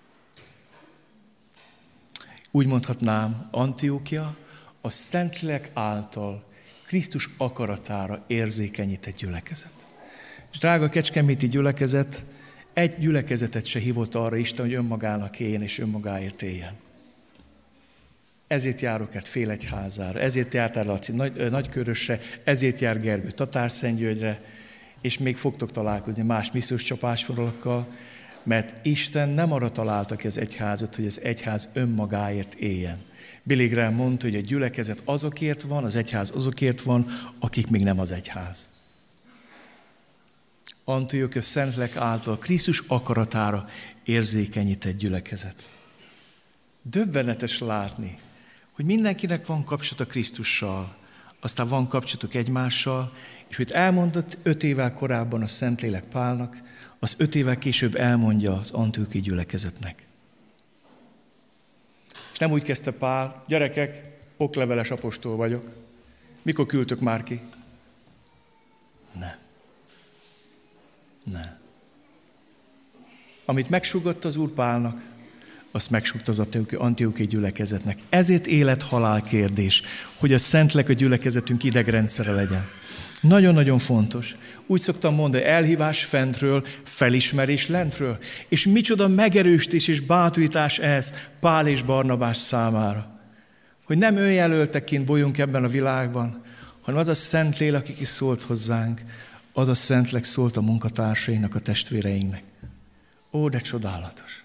Úgy mondhatnám, Antiochia a Szentlélek által Krisztus akaratára érzékenyített gyülekezet. És drága kecskeméti gyülekezet, egy gyülekezetet se hívott arra Isten, hogy önmagának éljen és önmagáért éljen. Ezért járok át Félegyházára, ezért jártál Laci Nagy, Nagykörösre, ezért jár Gergő Tatárszentgyörgyre, és még fogtok találkozni más missziós csapásvonalakkal, mert Isten nem arra találta ki az egyházat, hogy az egyház önmagáért éljen. Billy Graham mondta, hogy a gyülekezet azokért van, az egyház azokért van, akik még nem az egyház. Antiochia Szentlélek által Krisztus akaratára érzékenyített gyülekezet. Döbbenetes látni, hogy mindenkinek van kapcsolata Krisztussal, aztán van kapcsolatuk egymással, és hogy elmondott öt évvel korábban a Szentlélek Pálnak, az öt évvel később elmondja az antiochiai gyülekezetnek. És nem úgy kezdte Pál, gyerekek, okleveles apostol vagyok. Mikor küldtök már ki? Nem. Nem. Amit megsúgott az Úr Pálnak, azt megsúgta az antiochiai gyülekezetnek. Ezért élet-halál kérdés, hogy a Szentlélek a gyülekezetünk idegrendszere legyen. Nagyon-nagyon fontos. Úgy szoktam mondani, elhívás fentről, felismerés lentről. És micsoda megerősítés és bátorítás ez Pál és Barnabás számára. Hogy nem önjelölteként bolyunk ebben a világban, hanem az a Szentlélek, aki is szólt hozzánk, az a Szentlélek szólt a munkatársainak, a testvéreinknek. Ó, de csodálatos!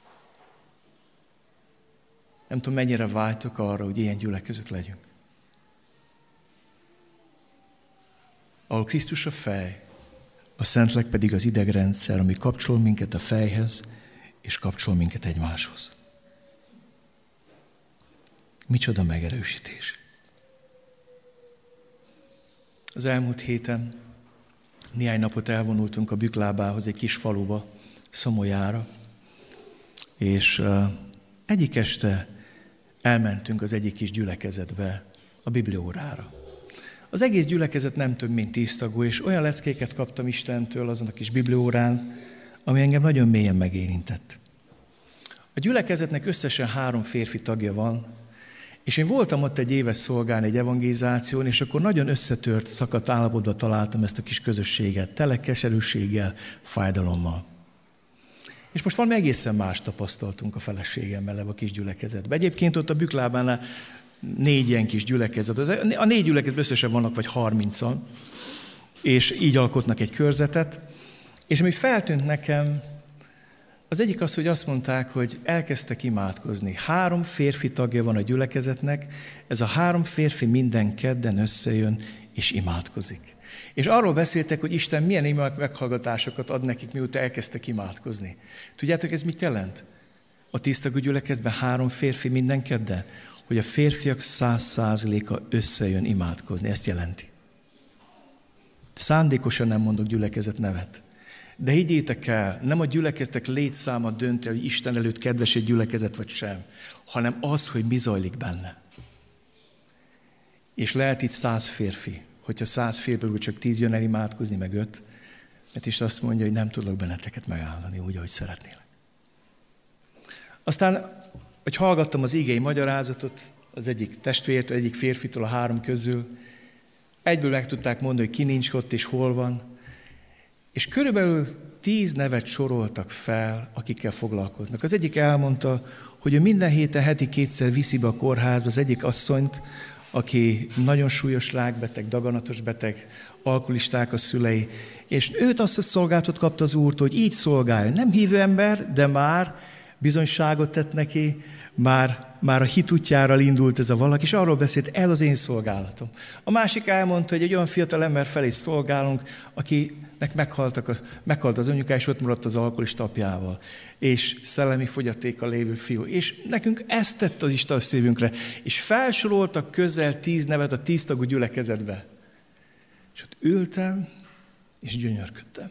Nem tudom, mennyire vágytok arra, hogy ilyen gyülekezet legyünk. Ahol Krisztus a fej, a Szentlélek pedig az idegrendszer, ami kapcsol minket a fejhez, és kapcsol minket egymáshoz. Micsoda megerősítés! Az elmúlt héten néhány napot elvonultunk a Büklábához, egy kis faluba, Szomolyára, és uh, egyik este elmentünk az egyik kis gyülekezetbe, a bibliórára. Az egész gyülekezet nem több, mint tíz tagú, és olyan leckéket kaptam Istentől azon a kis bibliórán, ami engem nagyon mélyen megérintett. A gyülekezetnek összesen három férfi tagja van, és én voltam ott egy éves szolgálni egy evangelizáción, és akkor nagyon összetört, szakadt állapotban találtam ezt a kis közösséget, tele keserűséggel, fájdalommal. És most valami egészen más tapasztaltunk a feleségemmel ebbe a kis gyülekezetben. Egyébként ott a Büklábánál négy ilyen kis gyülekezet. A négy gyülekezet összesen vannak vagy harmincan, és így alkotnak egy körzetet. És ami feltűnt nekem, az egyik az, hogy azt mondták, hogy elkezdtek imádkozni. Három férfi tagja van a gyülekezetnek, ez a három férfi minden kedden összejön és imádkozik. És arról beszéltek, hogy Isten milyen imád meghallgatásokat ad nekik, miután elkezdtek imádkozni. Tudjátok, ez mit jelent? A tíztagú gyülekezetben három férfi minden kedden? hogy a férfiak száz százaléka összejön imádkozni. Ezt jelenti. Szándékosan nem mondok gyülekezet nevet. De higgyétek el, nem a gyülekezetek létszáma dönti, hogy Isten előtt kedves egy gyülekezet vagy sem, hanem az, hogy mi zajlik benne. És lehet itt száz férfi, hogyha száz férfiből csak tíz jön el imádkozni, meg öt, mert Isten azt mondja, hogy nem tudlak benneteket megállani úgy, ahogy szeretnélek. Aztán, hogy hallgattam az igei magyarázatot, az egyik testvértől, egyik férfitől a három közül, egyből meg tudták mondani, hogy ki nincs ott és hol van, és körülbelül tíz nevet soroltak fel, akikkel foglalkoznak. Az egyik elmondta, hogy ő minden héten heti kétszer viszi be a kórházba az egyik asszonyt, aki nagyon súlyos rákbeteg, daganatos beteg, alkoholisták a szülei, és őt azt a szolgálatot kapta az Úrtól, hogy így szolgáljon. Nem hívő ember, de már bizonyságot tett neki, már, már a hit útjára indult ez a valaki, és arról beszélt, ez az én szolgálatom. A másik elmondta, hogy egy olyan fiatal ember felé szolgálunk, akinek meghaltak a, meghalt az anyukája, és ott maradt az alkoholista apjával, és szellemi fogyatékkal lévő fiú. És nekünk ezt tett az Isten a szívünkre, és felsoroltak közel tíz nevet a tíztagú gyülekezetbe. És ott ültem, és gyönyörködtem.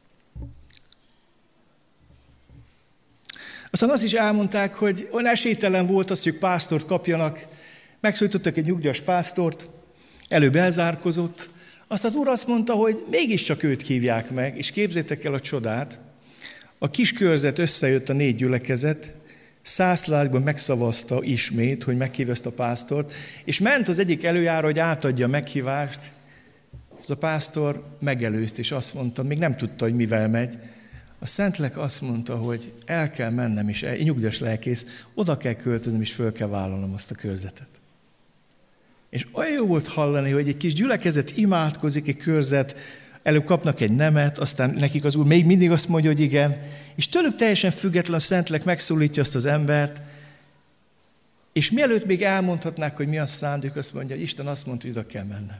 Aztán azt is elmondták, hogy olyan esélytelen volt az, hogy pásztort kapjanak. Megszólítottak egy nyugdíjas pásztort, előbb elzárkozott. Azt az úr azt mondta, hogy mégiscsak őt hívják meg, és képzétek el a csodát. A kis körzet összejött, a négy gyülekezet, százszázalékban megszavazta ismét, hogy meghívja ezt a pásztort, és ment az egyik előjára, hogy átadja a meghívást. Ez a pásztor megelőzte, és azt mondta, még nem tudta, hogy mivel megy. A Szentlélek azt mondta, hogy el kell mennem, és egy nyugdíjas lelkész, oda kell költöznem, és föl kell vállalnom azt a körzetet. És olyan jó volt hallani, hogy egy kis gyülekezet imádkozik, egy körzet, előbb kapnak egy nemet, aztán nekik az Úr még mindig azt mondja, hogy igen, és tőlük teljesen független a Szentlélek megszólítja azt az embert, és mielőtt még elmondhatnák, hogy mi a szándék, azt mondja, hogy Isten azt mondta, hogy oda kell mennem.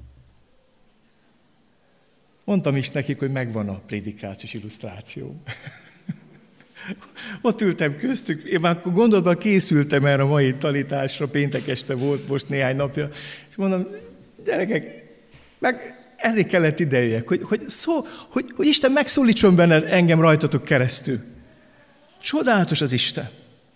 Mondtam is nekik, hogy megvan a prédikációs illusztráció. Ott ültem köztük, én már gondolatban készültem erre a mai tanításra, péntek este volt most néhány napja, és mondom, gyerekek, meg ezért kellett idejöjjek, hogy, hogy, szó, hogy, hogy Isten megszólítson benne engem rajtatok keresztül. Csodálatos az Isten.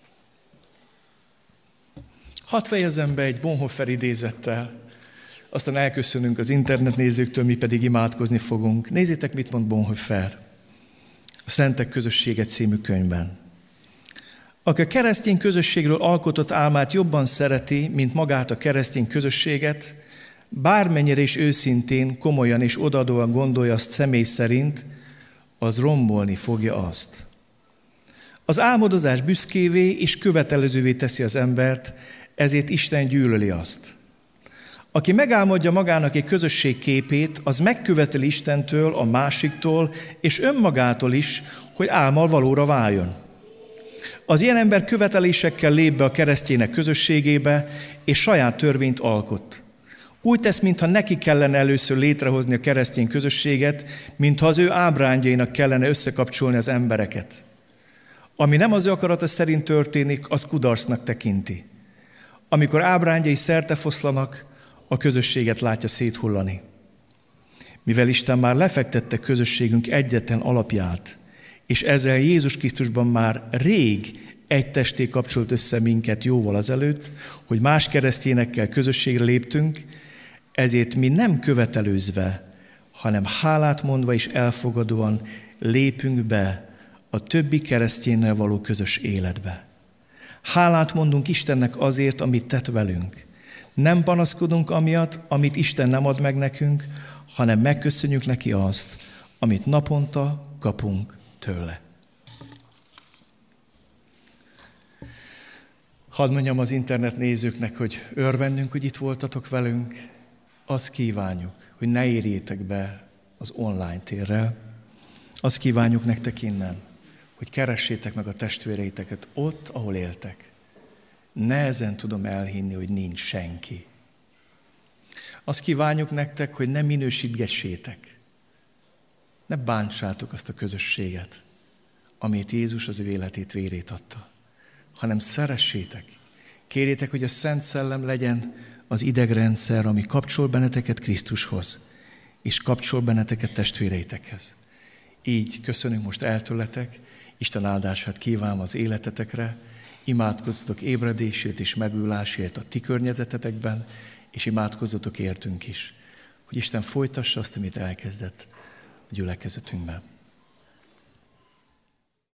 Hadd fejezzem be egy Bonhoeffer idézettel, aztán elköszönünk az internetnézőktől, mi pedig imádkozni fogunk. Nézzétek, mit mond Bonhoeffer a Szentek közössége című könyvben. Aki a keresztény közösségről alkotott álmát jobban szereti, mint magát a keresztény közösséget, bármennyire is őszintén, komolyan és odaadóan gondolja azt személy szerint, az rombolni fogja azt. Az álmodozás büszkévé és követelőzővé teszi az embert, ezért Isten gyűlöli azt. Aki megálmodja magának egy közösség képét, az megköveteli Istentől, a másiktól és önmagától is, hogy álmal valóra váljon. Az ilyen ember követelésekkel lép be a keresztjének közösségébe, és saját törvényt alkot. Úgy tesz, mintha neki kellene először létrehozni a keresztény közösséget, mintha az ő ábrándjainak kellene összekapcsolni az embereket. Ami nem az ő akarata szerint történik, az kudarcnak tekinti. Amikor ábrándjai szertefoszlanak, a közösséget látja széthullani. Mivel Isten már lefektette közösségünk egyetlen alapját, és ezzel Jézus Krisztusban már rég egy testé kapcsolt össze minket jóval azelőtt, hogy más keresztényekkel közösségre léptünk, ezért mi nem követelőzve, hanem hálát mondva és elfogadóan lépünk be a többi kereszténynel való közös életbe. Hálát mondunk Istennek azért, amit tett velünk. Nem panaszkodunk amiatt, amit Isten nem ad meg nekünk, hanem megköszönjük neki azt, amit naponta kapunk tőle. Hadd mondjam az internet nézőknek, hogy örvendünk, hogy itt voltatok velünk. Azt kívánjuk, hogy ne érjétek be az online térrel. Azt kívánjuk nektek innen, hogy keressétek meg a testvéreiteket ott, ahol éltek. Nehezen tudom elhinni, hogy nincs senki. Azt kívánjuk nektek, hogy ne minősítgessétek, ne bántsátok azt a közösséget, amit Jézus az ő életét, vérét adta, hanem szeressétek, Kérjétek, hogy a Szent Szellem legyen az idegrendszer, ami kapcsol benneteket Krisztushoz, és kapcsol benneteket testvéreitekhez. Így köszönünk most eltőletek, Isten áldását kívánom az életetekre, imádkozzatok ébredésért és megújulásért a ti környezetetekben, és imádkozzatok értünk is, hogy Isten folytassa azt, amit elkezdett a gyülekezetünkben.